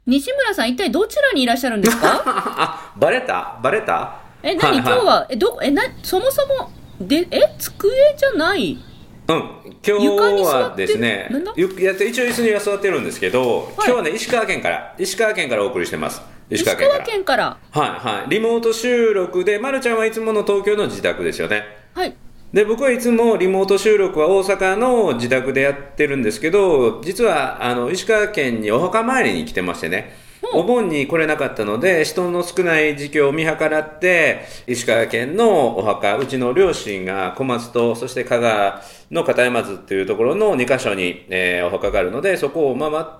西村さん、一体どちらにいらっしゃるんですか？ あ、バレた何、 はいはい、 今日は、そもそも、机じゃない？ うん、今日はですね、一応椅子には座ってるんですけど、はい、今日はね、石川県からお送りしてます。 石川県から。 はいはい。リモート収録で、まるちゃんはいつもの東京の自宅ですよね。 はい。 で、僕はいつもリモート収録は大阪の自宅でやってるんですけど、実は石川県にお墓参りに来てましてね、お盆に来れなかったので、人の少ない時期を見計らって、石川県のお墓、うちの両親が小松と、そして加賀の片山津っていうところの2カ所に、お墓があるので、そこを回って、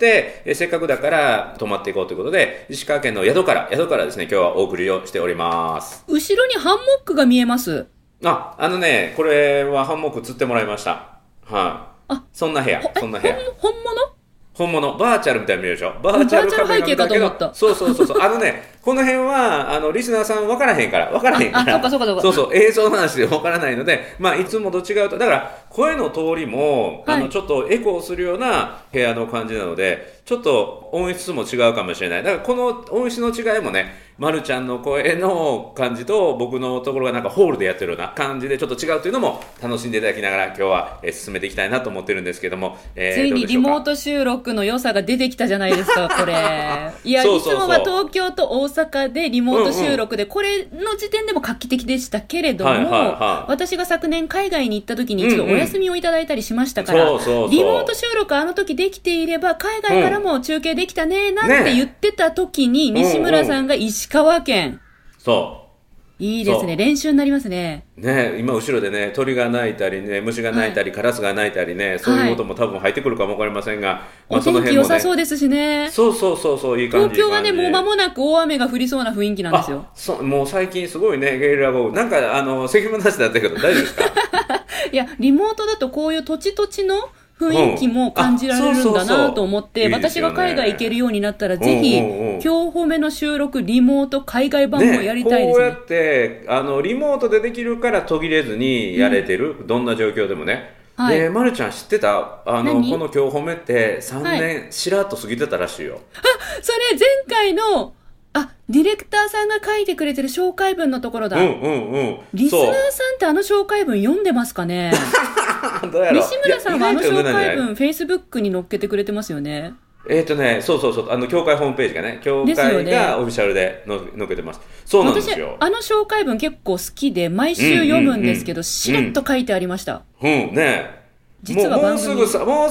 せっかくだから泊まっていこうということで、石川県の宿からですね、今日はお送りをしております。 後ろにハンモックが見えます。 これはハンモック釣ってもらいました。はい、そんな部屋。本物バーチャルみたいに見えるでしょ。バーチャル背景かと思った。 そうこの辺はリスナーさん分からへんからそう映像の話で分からないので、いつもと違うと、だから声の通りも、ちょっとエコーするような部屋の感じなので、ちょっと音質も違うかもしれない。だからこの音質の違いもね、まるちゃんの声の感じと僕のところがなんかホールでやってるような感じでちょっと違うというのも楽しんでいただきながら今日は進めていきたいなと思ってるんですけども、 ついにリモート収録の良さが出てきたじゃないですか、これ。いや、いつもは東京と大阪でリモート収録で、これの時点でも画期的でしたけれども、私が昨年海外に行った時に一度お休みをいただいたりしましたから、リモート収録あの時できていれば海外からも中継できたねなんて言ってた時に、西村さんが石川県。いいですね。練習になりますね。 ね、今後ろでね、鳥が鳴いたりね、虫が鳴いたり、カラスが鳴いたりね、そういうことも多分入ってくるかもわかりませんが、 お天気良さそうですしね。 そう、いい感じ。 東京はね、もう間もなく大雨が降りそうな雰囲気なんですよ。 もう最近すごいね、ゲリラ豪雨。なんか関間なしだったけど、大丈夫ですか？ いや、リモートだとこういう土地土地の雰囲気も感じられるんだなと思って、私が海外行けるようになったら、ぜひ、今日褒めの収録、リモート海外版もやりたいですね。 こうやって、リモートでできるから途切れずにやれてる。どんな状況でもね。で、まるちゃん知ってた？この今日褒めって3年しらっと過ぎてたらしいよ。 それ前回の、ディレクターさんが書いてくれてる紹介文のところだ。リスナーさんって紹介文読んでますかね？ どうやろう。 西村さんは紹介文、Facebook に載っけてくれてますよね。 そう協会ホームページがね、協会がオフィシャルで載っけてます。そうなんですよ。 私、紹介文結構好きで、毎週読むんですけど、しれっと書いてありました。実はもうすぐ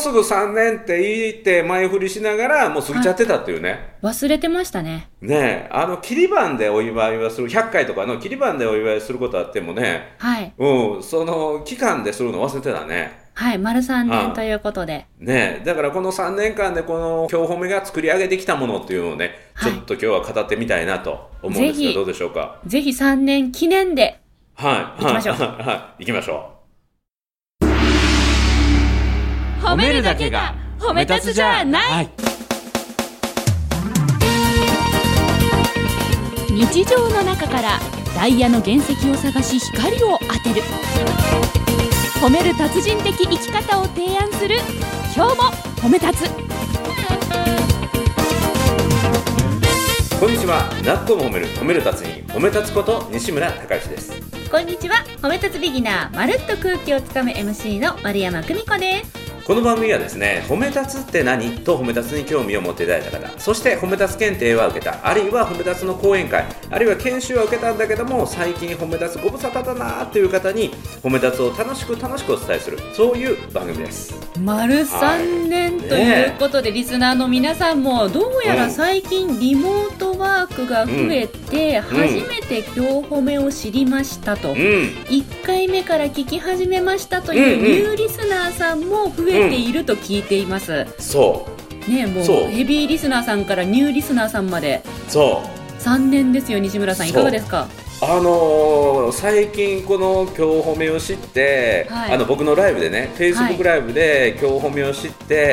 3年って言って前振りしながらもう過ぎちゃってたっていうね。 忘れてましたね。 切り番でお祝いはする、100回とかの切り番でお祝いすることあってもね、その期間でするの忘れてたね。 丸3年ということで。 だからこの3年間でこの今日褒めが作り上げてきたものっていうのをね、ちょっと今日は語ってみたいなと思うんですけど、どうでしょうか。 ぜひ3年記念で、行きましょう。 行きましょう。 褒めるだけが褒め立つじゃない。日常の中からダイヤの原石を探し光を当てる。褒める達人的生き方を提案する。今日も褒め立つ。 こんにちは。なっとも褒める達人、褒め立つこと西村孝之です。 こんにちは。褒め立つビギナー、まるっと空気をつかむ MC の丸山久美子です。 この番組はですね、褒め立つって何と褒め立つに興味を持っていただいた方、そして褒め立つ検定は受けた、あるいは褒め立つの講演会、あるいは研修は受けたんだけども最近褒め立つご無沙汰だなという方に褒め立つを楽しくお伝えする、そういう番組です。 丸3年ということで、リスナーの皆さんもどうやら最近リモートワークが増えて、初めて今日褒めを知りましたと、1回目から聞き始めましたというニューリスナーさんも増えていると聞いています。もうヘビーリスナーさんからニューリスナーさんまで。3年ですよ。西村さん、いかがですか？ 最近この今日褒めを知って、はい、僕のライブでね Facebook ライブで今日褒めを知って、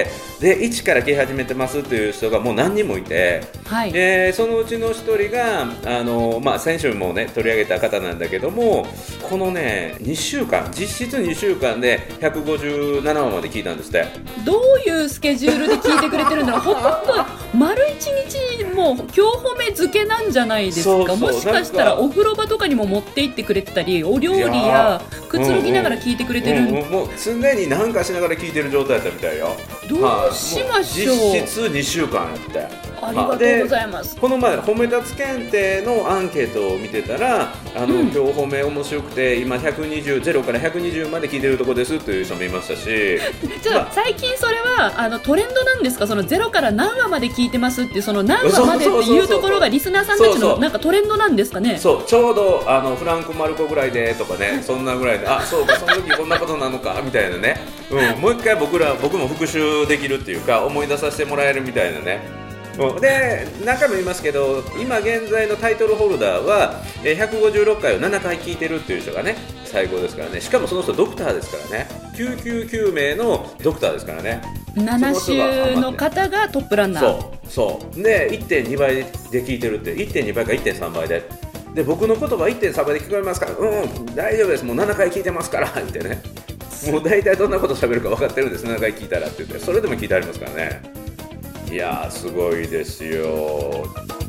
で一から聞き始めてますという人がもう何人もいて、はい、そのうちの一人が先週もね取り上げた方なんだけども、このね2週間実質2週間で157話まで聞いたんですって。 どういうスケジュールで聞いてくれてるんだろう。ほとんど丸1日もう今日褒め漬けなんじゃないですか。そうそう、もしかしたらお風呂場とかにも持って行ってくれてたり、お料理やくつろぎながら聞いてくれてる、 もう常に何かしながら聞いてる状態だったみたいよ。 どうしましょう。 実質2週間やって。 ありがとうございます。 この前褒め立つ検定のアンケートを見てたら、今日褒め面白くて今120、0から120まで聞いてるとこですという人もいましたしじゃあ、最近それはトレンドなんですか。その0から何話まで聞いてますっていうその何話までっていうところがリスナーさんたちのなんかトレンドなんですかね。 そう、ちょうどフランク・マルコぐらいでとかね、そんなぐらいで、あ、そうか、その時こんなことなのかみたいなね、もう一回僕も復習できるっていうか思い出させてもらえるみたいなね。で何回も言いますけど、今現在のタイトルホルダーは156回を7回聞いてるっていう人がね最高ですからね。しかもその人ドクターですからね。救急救命のドクターですからね。 7週の方がトップランナー。 そうで 1.2 倍で聞いてるって。 1.2 倍か 1.3 倍で僕の言葉 1.3 倍で聞こえますから、大丈夫です、もう7回聞いてますからってね。もう大体どんなこと喋るか分かってるんです、7回聞いたらって言って、それでも聞いてありますからね。いやー、すごいですよ。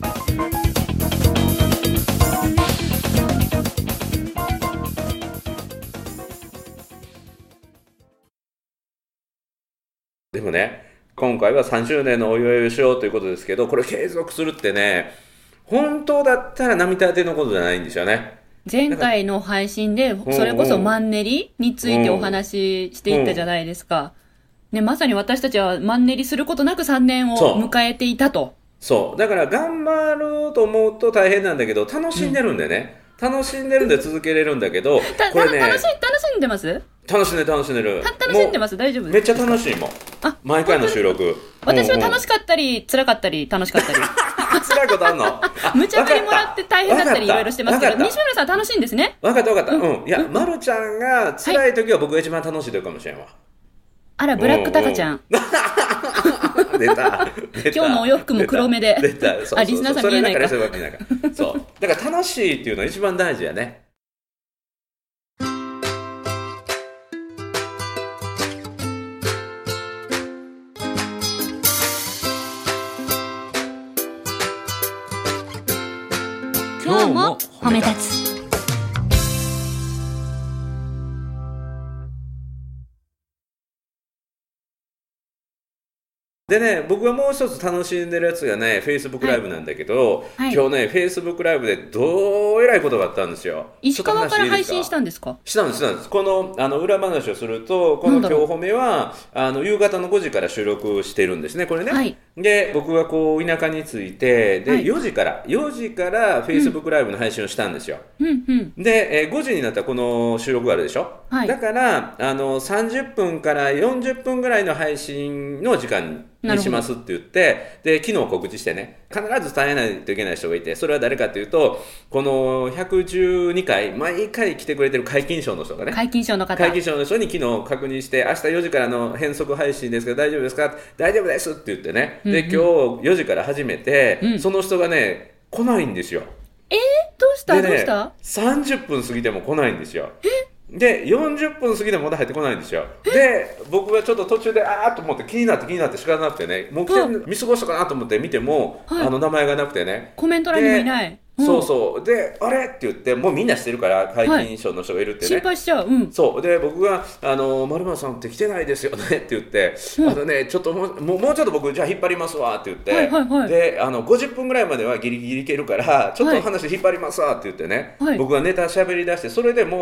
でもね、今回は3周年のお祝いをしようということですけど、これ継続するってね、本当だったら並大抵のことじゃないんですよね。 前回の配信でそれこそマンネリについてお話ししていったじゃないですか。ね、まさに私たちはマンネリすることなく3年を迎えていたと。 そうだから頑張ろうと思うと大変なんだけど、楽しんでるんでね、楽しんでるんで続けれるんだけどこれね、 楽しんでます。 楽しんでる楽しんでます。 大丈夫です。 めっちゃ楽しいもん。毎回の収録。 私は楽しかったり辛かったり楽しかったり辛いことあんの無茶ぶりもらって大変だったりいろいろしてますけど、西村さん楽しいんですね。 分かった。いや、まるちゃんが辛い時は僕が一番楽しい時かもしれんわ。 あら、ブラックタカちゃん。 出た。 今日のお洋服も黒目で。 出た。 リスナーさん見えないか。 そうだから楽しいっていうのが一番大事やね。 今日も褒め立つ。 でね、僕がもう一つ楽しんでるやつがね、Facebook ライブなんだけど、今日ね、Facebook ライブでどうえらいことがあったんですよ。 石川から配信したんですか？ したんです。この裏話をすると、この今日褒めは夕方の5時から収録してるんですね、これね。で、僕がこう田舎に着いて、で、4時から Facebook ライブの配信をしたんですよ。で、5時になったらこの収録があるでしょ。だから30分から40分ぐらいの配信の時間にしますって言って、で昨日告知してね、必ず伝えないといけない人がいて、それは誰かというと、この112回毎回来てくれてる皆勤賞の人がね、 皆勤賞の人に昨日確認して、明日4時からの変則配信ですけど大丈夫ですか、大丈夫ですって言ってね、で今日4時から始めて、その人がね来ないんですよ。 どうした、 でね、30分過ぎても来ないんですよ。で40分過ぎてもまだ入ってこないんですよ。で僕がちょっと途中でと思って気になって仕方なくてね、もう見過ごしたかなと思って見ても、名前がなくてね、 コメント欄にもいない。 そうで、あれって言って、もうみんな知ってるから皆勤賞の人がいるってね、 心配しちゃう。 そうで僕が〇〇さんって来てないですよねって言って、ちょっともうちょっと僕じゃあ引っ張りますわって言って、で50分ぐらいまではギリギリいけるからちょっと話引っ張りますわって言ってね、僕がネタ喋り出して、それでもう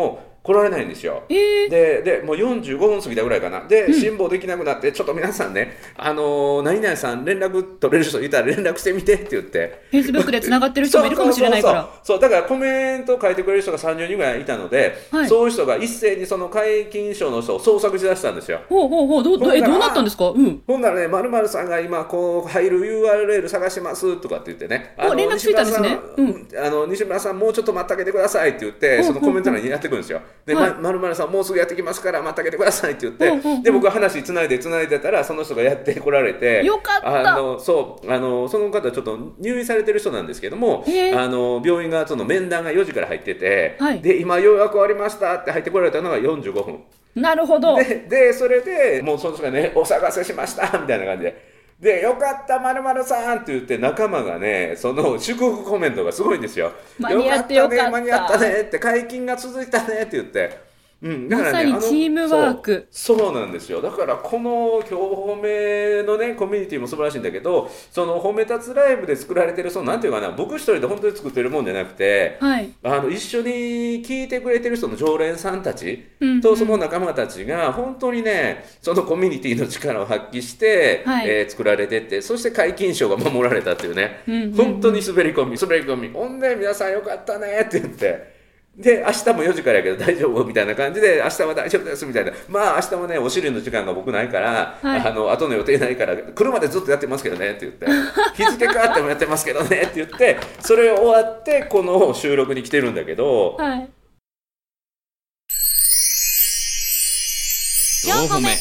来られないんですよ。でもう45分過ぎたぐらいかな。で、辛抱できなくなって、ちょっと皆さんね、何々さん連絡取れる人いたら連絡してみてって言って。 Facebook で繋がってる人もいるかもしれないから。 そう、だからコメント書いてくれる人が30人ぐらいいたので、そういう人が一斉にその皆勤賞の人を捜索しだしたんですよ。 どうなったんですか？ ほんならね、〇〇さんが今こう入る URL 探しますとかって言ってね。 連絡ついたんですね。 西村さんもうちょっと待ってあげてくださいって言って、そのコメント欄にやってくるんですよ。で、〇〇さんもうすぐやってきますから待ってあげてくださいって言って、で、僕は話つないでたら、その人がやってこられて、 よかった。 その方ちょっと入院されてる人なんですけども、病院がその面談が4時から入ってて、で、今ようやく終わりましたって入ってこられたのが45分。 なるほど。 で、それでもうその人がね、お探せしましたみたいな感じで、よかった〇〇さんって言って仲間がね、その祝福コメントがすごいんですよ。 間に合ってよかったね、 間に合ったねって、解禁が続いたねって言って。 だからね、まさにチームワーク。 そうなんですよ。だからこの今日褒めのねコミュニティも素晴らしいんだけど、その褒め立つライブで作られてるなんていうかな、僕一人で本当に作ってるもんじゃなくて、一緒に聞いてくれてる人の常連さんたちとその仲間たちが本当にね、そのコミュニティの力を発揮して、作られてって、そして皆勤賞が守られたっていうね、本当に滑り込み、ほんで皆さんよかったねって言って。で、明日も4時からやけど大丈夫みたいな感じで、明日は大丈夫ですみたいな。まあ明日もね、お尻の時間が僕ないから、後の予定ないから、来るまでずっとやってますけどねって言って、日付変わってもやってますけどねって言って、それ終わって、この収録に来てるんだけど、4 歩目。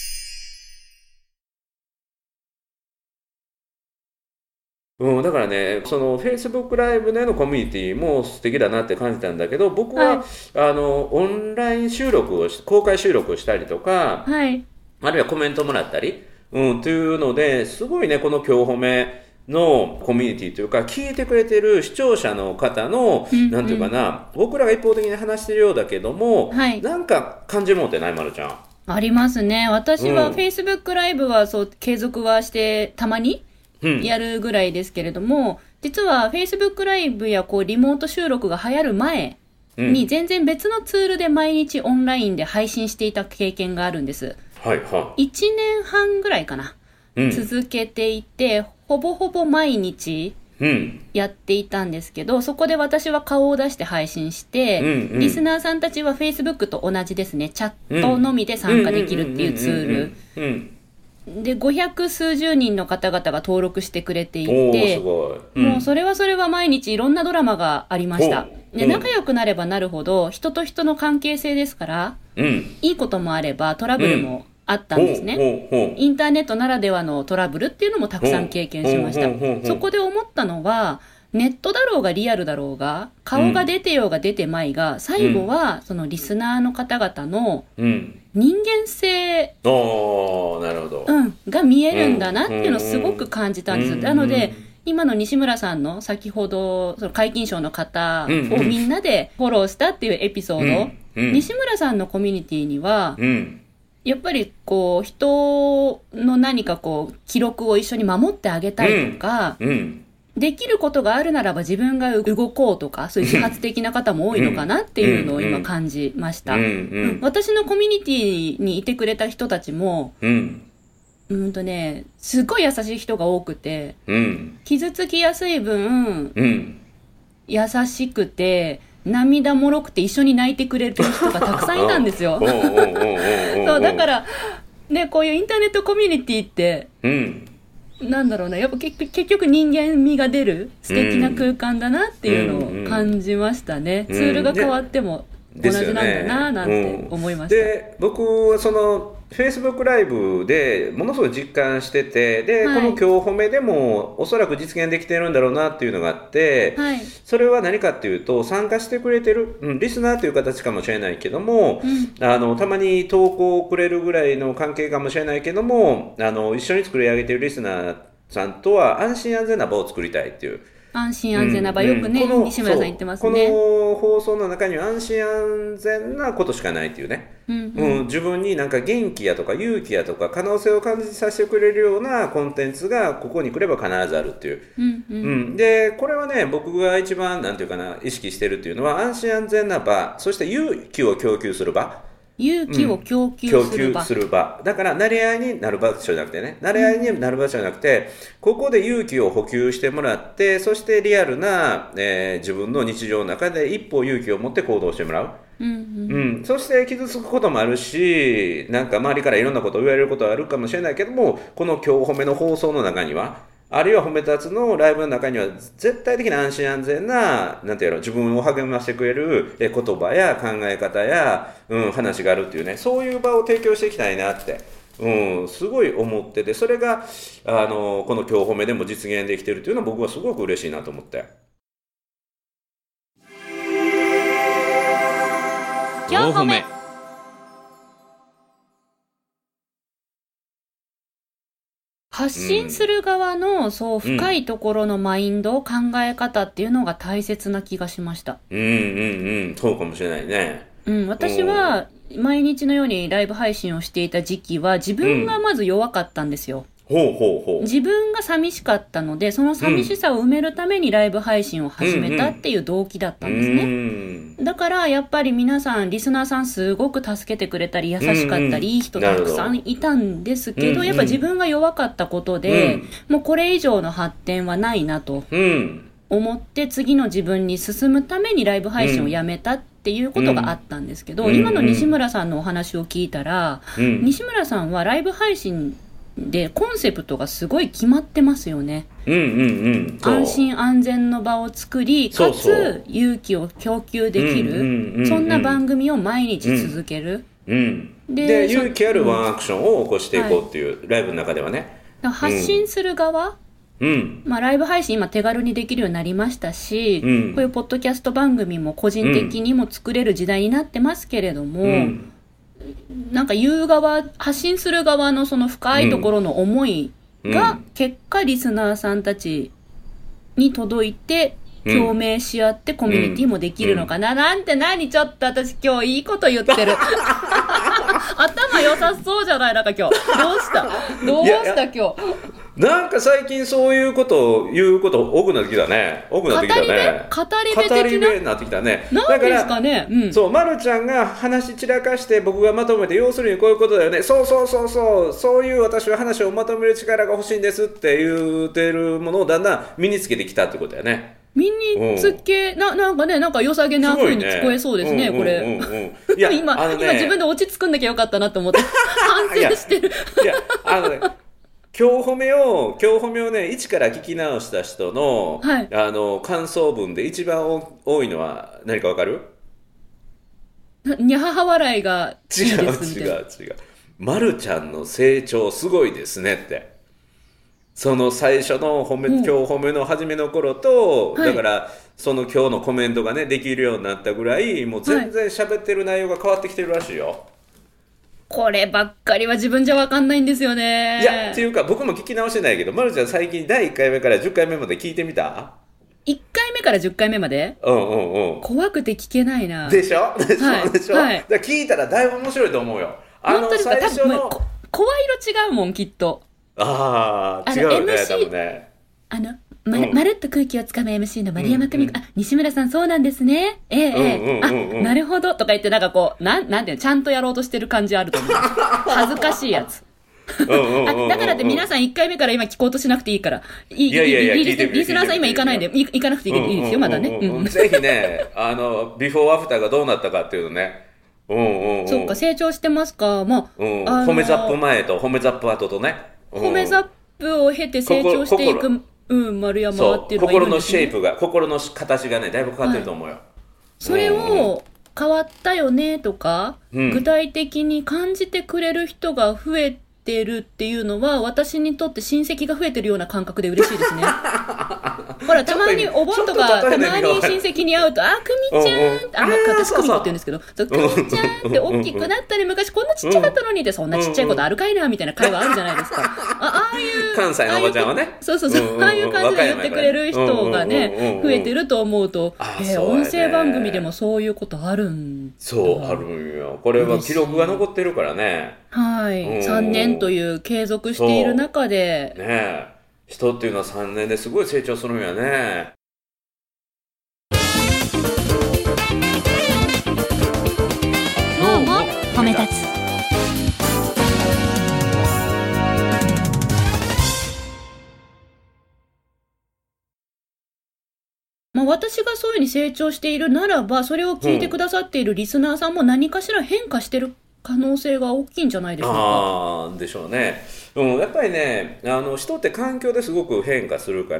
だからね、その Facebook ライブでのコミュニティも素敵だなって感じたんだけど、僕は、オンライン収録を公開収録をしたりとか、あるいはコメントもらったり、というのですごいね、この今日褒めのコミュニティというか、聞いてくれてる視聴者の方の、なんていうかな、僕らが一方的に話してるようだけども、なんか感じるもんってない？まるちゃん。 ありますね。私は Facebook ライブは継続はしてたまにやるぐらいですけれども、実は Facebook ライブやリモート収録が流行る前に全然別のツールで毎日オンラインで配信していた経験があるんです。1年半ぐらいかな、続けていて、ほぼほぼ毎日やっていたんですけど、そこで私は顔を出して配信して、リスナーさんたちは Facebook と同じですね、チャットのみで参加できるっていうツールで、500数十人の方々が登録してくれていて、もうそれは毎日いろんなドラマがありました。で、仲良くなればなるほど、人と人の関係性ですから、いいこともあればトラブルもあったんですね。インターネットならではのトラブルっていうのもたくさん経験しました。そこで思ったのは、ネットだろうがリアルだろうが、顔が出てようが出てまいが、最後はそのリスナーの方々の人間性、が見えるんだなっていうのをすごく感じたんです。なので、今の西村さんの先ほどその皆勤賞の方をみんなでフォローしたっていうエピソード、西村さんのコミュニティには、やっぱり人の何か記録を一緒に守ってあげたいとか、できることがあるならば自分が動こうとか、そういう自発的な方も多いのかなっていうのを今感じました。私のコミュニティにいてくれた人たちも、すごい優しい人が多くて、傷つきやすい分、優しくて、涙もろくて一緒に泣いてくれる人がたくさんいたんですよ。そうだからね、こういうインターネットコミュニティって、なんだろうな、やっぱ結局人間味が出る素敵な空間だなっていうのを感じましたね。ツールが変わっても同じなんだななんて思いました。 で、僕はそのFacebook ライブでものすごい実感してて、で、この今日褒めでもおそらく実現できてるんだろうなっていうのがあって、それは何かっていうと、参加してくれてる、リスナーという形かもしれないけども、たまに投稿をくれるぐらいの関係かもしれないけども、一緒に作り上げてるリスナーさんとは安心安全な場を作りたいっていう。 安心安全な場、よくね、西村さん言ってますね。 この放送の中には安心安全なことしかないっていうね、自分になんか元気やとか勇気やとか可能性を感じさせてくれるようなコンテンツがここに来れば必ずあるっていう、でこれはね、僕が一番なんていうかな、意識してるっていうのは、安心安全な場、そして勇気を供給する場、 勇気を供給する場、 だから慣れ合いになる場所じゃなくてね、慣れ合いになる場所じゃなくて、ここで勇気を補給してもらって、そしてリアルな、自分の日常の中で一歩勇気を持って行動してもらう、そして傷つくこともあるし、なんか周りからいろんなことを言われることはあるかもしれないけども、この今日褒めの放送の中には、あるいは褒め立つのライブの中には絶対的な安心安全な、なんていうの、自分を励ましてくれる言葉や考え方や、話があるっていうね、そういう場を提供していきたいなって、すごい思ってて、それがこの今日褒めでも実現できてるっていうのは僕はすごく嬉しいなと思って。 今日褒め。発信する側のそう深いところのマインド、考え方っていうのが大切な気がしました。 そうかもしれないね。 私は毎日のようにライブ配信をしていた時期は自分がまず弱かったんですよ。自分が寂しかったので、その寂しさを埋めるためにライブ配信を始めたっていう動機だったんですね。だからやっぱり皆さん、リスナーさんすごく助けてくれたり優しかったり、いい人たくさんいたんですけど、やっぱ自分が弱かったことで、もうこれ以上の発展はないなと思って、次の自分に進むためにライブ配信をやめたっていうことがあったんですけど、今の西村さんのお話を聞いたら、西村さんはライブ配信でコンセプトがすごい決まってますよね。安心安全の場を作り、かつ勇気を供給できる、そんな番組を毎日続ける、 で勇気あるワンアクションを起こしていこうっていう、ライブの中ではね、 発信する側、ライブ配信今手軽にできるようになりましたし、こういうポッドキャスト番組も個人的にも作れる時代になってますけれども、なんか言う側、発信する側のその深いところの思いが結果リスナーさんたちに届いて共鳴し合ってコミュニティもできるのかな、なんて、ちょっと私今日いいこと言ってる頭良さそうじゃない、なんか今日どうした今日なんか最近そういうことを言うこと多くなってきたね。語り部的になってきたね。 なんですかね。 そう、まるちゃんが話散らかして僕がまとめて、要するにこういうことだよね。そういう私は話をまとめる力が欲しいんですって言ってるものをだんだん身につけてきたってことだよね。 身につけ、なんかね、なんか良さげな風に聞こえそうですね、これ。今自分で落ち着くんなきゃよかったなと思って反省してる。 今日褒めをね、一から聞き直した人の、感想文で一番多いのは何かわかる？ にゃはは笑いがいいですみたいな。 違う。まるちゃんの成長すごいですねって。その最初の今日褒めの初めの頃と、だからその今日のコメントがね、できるようになったぐらい、もう全然喋ってる内容が変わってきてるらしいよ。 こればっかりは自分じゃ分かんないんですよね。 いや、っていうか僕も聞き直してないけど、まるちゃん最近第1回目から10回目まで聞いてみた ？1回目から10回目まで？怖くて聞けないな。 でしょ、だから聞いたらだいぶ面白いと思うよ。 本当ですか？多分声色違うもん、きっと。 違うよね、多分ね。 まるっと空気をつかむ MC の丸山久美子、西村さんそうなんですね。なるほどとか言って、なんかこう、なんていうの、ちゃんとやろうとしてる感じあると思う。恥ずかしいやつ。だからって皆さん1回目から今聞こうとしなくていいから。リスナーさん今行かないで、行かなくていいですよ、まだね。 ぜひね、ビフォーアフターがどうなったかっていうのね。 そうか、成長してますか。 褒めザップ前と褒めザップ後とね。 褒めザップを経て成長していく。丸山はっていうのがいるんですね。 心の形がね、だいぶ変わってると思うよ。 それを変わったよねとか、具体的に感じてくれる人が増えてるっていうのは、私にとって親戚が増えてるような感覚で嬉しいですね。 ほらたまにお盆とかたまに親戚に会うと久美ちゃん私久美子って言うんですけど久美ちゃんって大きくなったり昔こんなちっちゃかったのにってそんなちっちゃいことあるかいなみたいな会話あるじゃないですか。ああいう関西のおばちゃんはねそうああいう感じで言ってくれる人がね増えてると思うと音声番組でもそういうことあるんだ。 そうあるんよ。これは記録が残ってるからね。 はい、3年という継続している中でね人っていうのは3年ですごい成長するんやね。 今日も褒め立つ。私がそういうふうに成長しているならばそれを聞いてくださっているリスナーさんも何かしら変化してる可能性が大きいんじゃないでしょうか。 でしょうね。やっぱりね人って環境ですごく変化するから、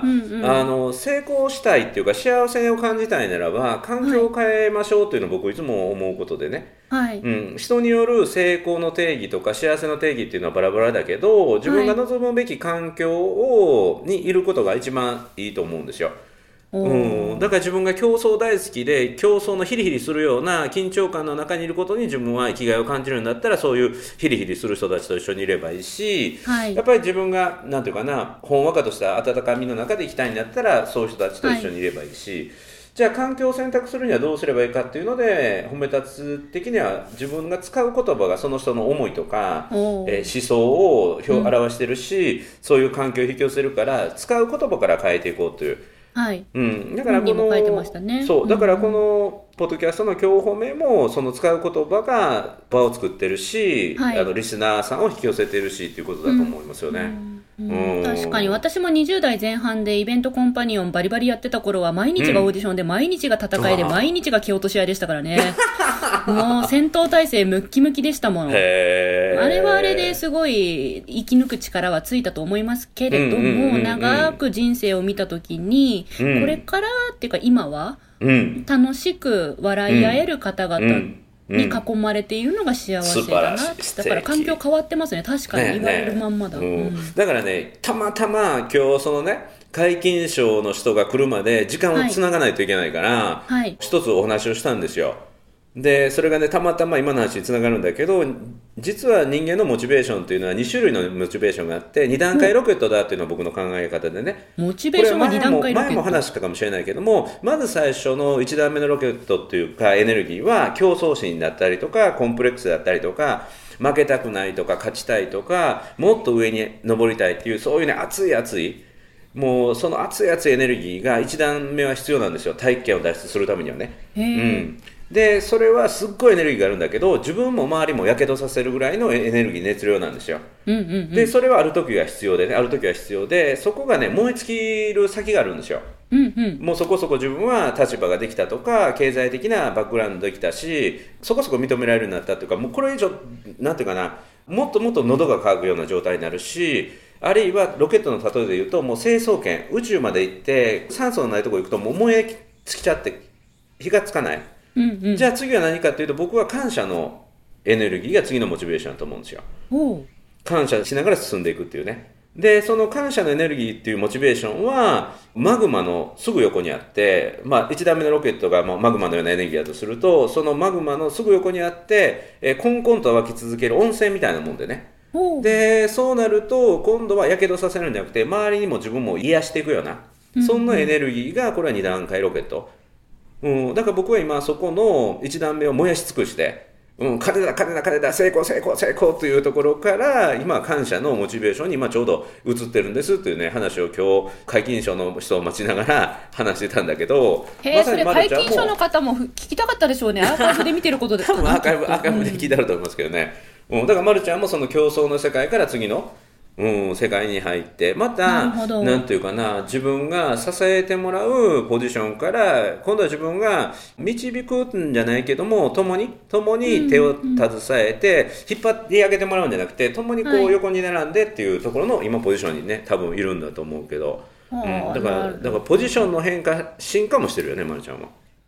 成功したいっていうか幸せを感じたいならば環境を変えましょうっていうのを僕いつも思うことでね、人による成功の定義とか幸せの定義っていうのはバラバラだけど自分が望むべき環境にいることが一番いいと思うんですよ。だから自分が競争大好きで競争のヒリヒリするような緊張感の中にいることに自分は生きがいを感じるんだったらそういうヒリヒリする人たちと一緒にいればいいし、やっぱり自分がなんていうかなほんわかとした温かみの中で生きたいんだったらそういう人たちと一緒にいればいいし、じゃあ環境を選択するにはどうすればいいかっていうので褒め立つ的には自分が使う言葉がその人の思いとか、思想を表してるし、そういう環境を引き寄せるから使う言葉から変えていこうという。だからこのだからこのポッドキャストの今日褒めもその使う言葉が場を作ってるし、リスナーさんを引き寄せてるしっていうことだと思いますよね。 確かに私も20代前半でイベントコンパニオンバリバリやってた頃は毎日がオーディションで毎日が戦いで毎日が蹴落とし合いでしたからねもう戦闘態勢ムッキムキでしたもの。あれはあれですごい生き抜く力はついたと思いますけれども、長く人生を見た時にこれからっていうか今は楽しく笑い合える方々に囲まれているのが幸せだな。だから環境変わってますね。確かに言われるまんまだ。 だからねたまたま今日そのね皆勤賞の人が来るまで時間をつながないといけないから、一つお話をしたんですよ。でそれがねたまたま今の話につながるんだけど実は人間のモチベーションというのは2種類のモチベーションがあって2段階ロケットだっていうのは僕の考え方でね、 モチベーションは2段階ロケット。 前も話したかもしれないけどもまず最初の1段目のロケットっていうかエネルギーは競争心だったりとかコンプレックスだったりとか負けたくないとか勝ちたいとかもっと上に登りたいっていうそういうね熱いもうその熱いエネルギーが1段目は必要なんですよ。大気圏を脱出するためにはね。でそれはすっごいエネルギーがあるんだけど自分も周りもやけどさせるぐらいのエネルギー熱量なんですよ。でそれはある時は必要でねそこがね燃え尽きる先があるんですよ。もうそこそこ自分は立場ができたとか経済的なバックグラウンドできたしそこそこ認められるようになったというかもうこれ以上なんていうかなもっともっと喉が渇くような状態になるしあるいはロケットの例えで言うともう成層圏宇宙まで行って酸素のないところ行くともう燃え尽きちゃって火がつかない。じゃあ次は何かというと僕は感謝のエネルギーが次のモチベーションだと思うんですよ。感謝しながら進んでいくっていうね。でその感謝のエネルギーっていうモチベーションはマグマのすぐ横にあって、1段目のロケットがマグマのようなエネルギーだとするとそのマグマのすぐ横にあってコンコンと湧き続ける温泉みたいなもんでね。でそうなると今度はやけどさせるんじゃなくて周りにも自分も癒していくような、そんなエネルギーがこれは2段階ロケット。だから僕は今そこの1段目を燃やし尽くして、金だ成功というところから今感謝のモチベーションに今ちょうど移ってるんですっていうね話を今日皆勤賞の人を待ちながら話してたんだけど、 それ皆勤賞の方も聞きたかったでしょうね。アーカイブで見てることですか。 多分アーカイブで聞いてあると思いますけどね。だからまるちゃんもその競争の世界から次の世界に入ってまたなんていうかな自分が支えてもらうポジションから今度は自分が導くんじゃないけども共に手を携えて引っ張って上げてもらうんじゃなくて共にこう横に並んでっていうところの今ポジションにね多分いるんだと思うけど、だからポジションの変化進化もしてるよねまるちゃんは。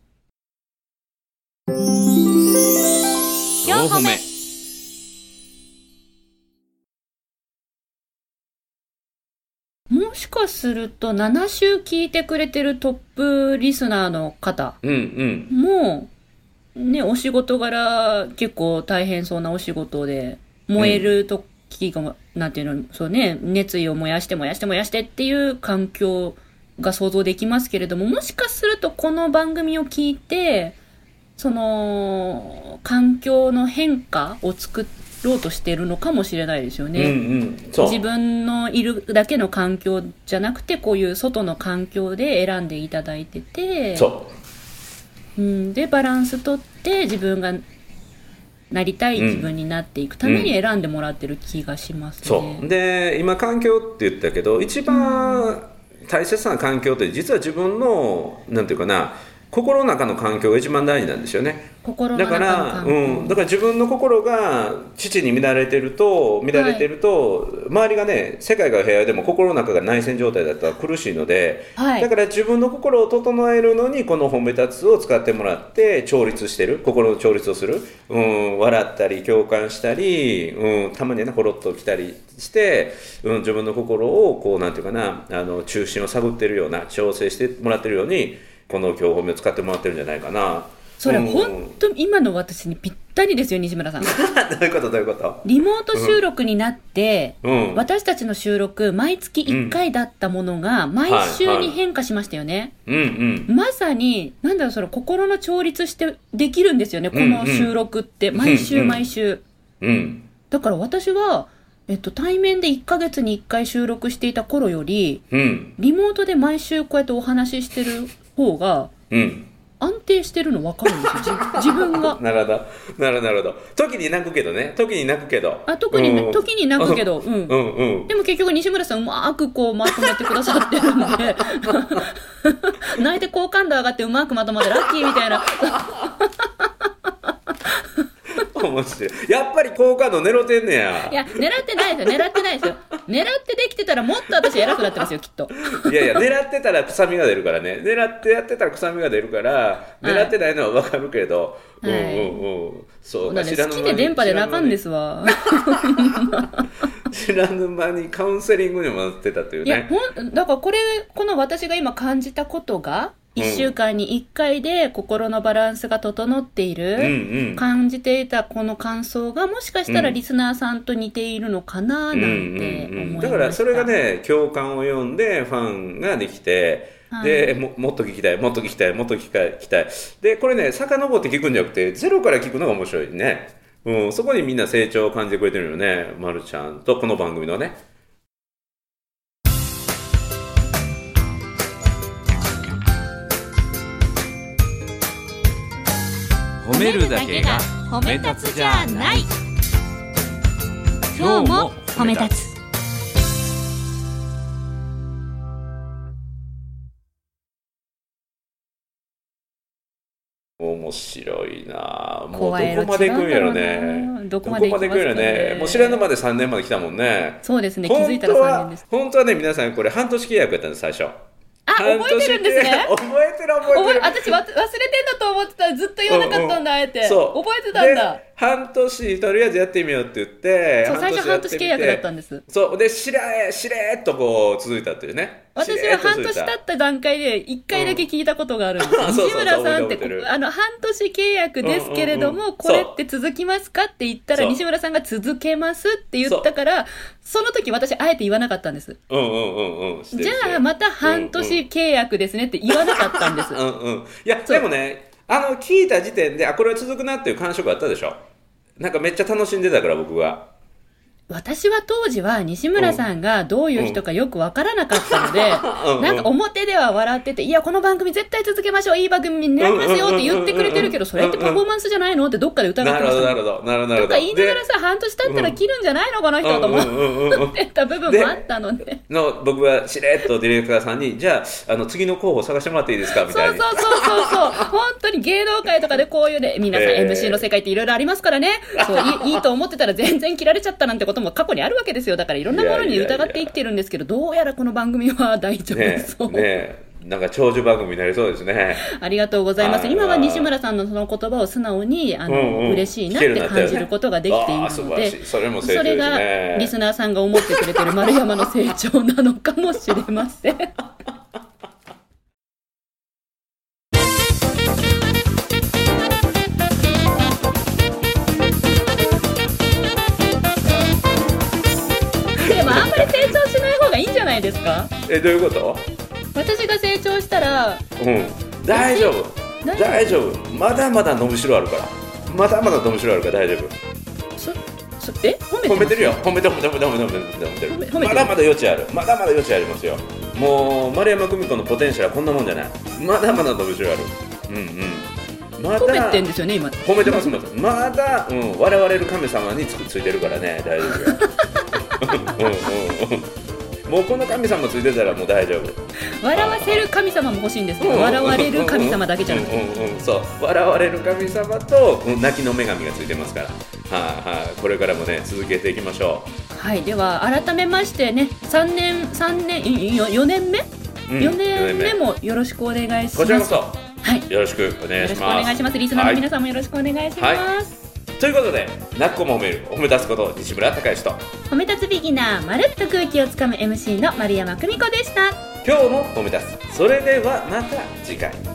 4歩目もしかかすると7週聞いてくれてるトップリスナーの方も、ね、お仕事柄結構大変そうなお仕事で燃える時が、なんていうの、そうね、熱意を燃やしてっていう環境が想像できますけれども、もしかするとこの番組を聞いて、その環境の変化を作ろうとしているのかもしれないですよね。自分のいるだけの環境じゃなくて、こういう外の環境で選んでいただいてて、でバランス取って自分がなりたい自分になっていくために選んでもらってる気がしますね。 そうで、今環境って言ったけど、一番大切な環境って実は自分のなんていうかな、心の中の環境が一番大事なんですよね。だから自分の心が父に乱れてると、周りがね、世界が平和でも心の中が内戦状態だったら苦しいので、だから自分の心を整えるのにこの褒め立つを使ってもらって調律してる、心の調律をする、笑ったり共感したり、たまにねほろっときたりして、自分の心をこうなんていうかな、中心を探ってるような、調整してもらってるように、この今日褒めを使ってもらってるんじゃないかな。 それ本当に今の私にぴったりですよ、西村さん。 どういうことリモート収録になって、私たちの収録毎月1回だったものが毎週に変化しましたよね。まさになんだろう、その心の調律してできるんですよね、この収録って毎週、だから私は対面で1ヶ月に1回収録していた頃より、リモートで毎週こうやってお話ししてる方が安定してるの分かるんですよ、自分が。 なるほど。時に泣くけどね。時に泣くけど。 でも結局西村さんうまくこうまとめてくださってるんで泣いて好感度上がってうまくまとまってラッキーみたいな面白い。やっぱり好感度狙ってんねや。 いや、狙ってないですよ。狙ってできてたらもっと私偉くなってますよ、きっと。 いや、狙ってたら臭みが出るからね。狙ってやってたら臭みが出るから、狙ってないのは分かるけど。 そうか、好きで電波で泣かんですわ。 知らぬ間にカウンセリングにもなってたというね。 いや、だからこの私が今感じたことが、1週間に1回で心のバランスが整っている、感じていたこの感想がもしかしたらリスナーさんと似ているのかななんて思いました。 だからそれがね、共感を読んでファンができて、で もっと聞きたいで、これね、遡って聞くんじゃなくてゼロから聞くのが面白いね。そこにみんな成長を感じてくれてるよね、まるちゃんとこの番組のね。 褒めるだけが褒め立つじゃない。今日も褒め立つ。 面白いな。もうどこまで行くんやろね。 どこまで行くんやろね。 もう知らぬまで3年まで来たもんね。 そうですね、気づいたら3年です。 本当はね、皆さんこれ半年契約やったんです、最初。 覚えてるんですね。 覚えてる。 私忘れてんだと思ってたらずっと言わなかったんだ、あえて。覚えてたんだ。 半年とりあえずやってみようって言って、 最初半年契約だったんです。 そうで、しれーっとこう続いたっていうね。 私は半年経った段階で1回だけ聞いたことがあるんですよ。西村さんって半年契約ですけれども、これって続きますかって言ったら、西村さんが続けますって言ったから、その時私あえて言わなかったんです。じゃあまた半年契約ですねって言わなかったんです。 いや、でもね、聞いた時点で、これは続くなっていう感触あったでしょ。なんかめっちゃ楽しんでたから、僕が。 私は当時は西村さんがどういう人かよくわからなかったので、なんか表では笑ってて、いや、この番組絶対続けましょう、いい番組になりますよって言ってくれてるけど、それってパフォーマンスじゃないのってどっかで疑ってました。 なるほど。 とか言いながらさ、半年経ったら切るんじゃないのこの人と思ってた部分もあったので。 僕はしれっとディレクターさんに、じゃあ、次の候補探してもらっていいですかみたいな。 そう。本当に芸能界とかでこういうね、皆さん MC の世界っていろいろありますからね。そう、いいと思ってたら全然切られちゃったなんてことも過去にあるわけですよ。だからいろんなものに疑って生きてるんですけど、どうやらこの番組は大丈夫そう。 なんか長寿番組になりそうですね。 ありがとうございます。今は西村さんのその言葉を素直に嬉しいなって感じることができているので、 それも成長ですね。 それがリスナーさんが思ってくれてる丸山の成長なのかもしれません。でもあんまり成長しない方がいいんじゃないですか？ どういうこと？ 私が成長したら、 大丈夫、まだまだ伸びしろあるから、大丈夫。褒めてるよ、褒めてる。まだまだ余地ありますよ。もう丸山久美子のポテンシャルはこんなもんじゃない。まだまだ伸びしろある。 褒めてんですよね今。 褒めてます。まだ、笑われる神様についてるからね、大丈夫よ。もうこの神様ついてたらもう大丈夫。 笑わせる神様も欲しいんですけど、笑われる神様だけじゃなくて、 そう、笑われる神様と泣きの女神がついてますから、これからもね続けていきましょう。はい、では改めましてね、4年目もよろしくお願いします。 こちらこそ、 はい、 よろしくお願いします。 リスナーの皆さんもよろしくお願いします。 ということで、泣く子も褒める、褒め立つこと西村孝之と褒め立つビギナー、まるっと空気をつかむ MC の丸山久美子でした。 今日も褒め立つ。それではまた次回。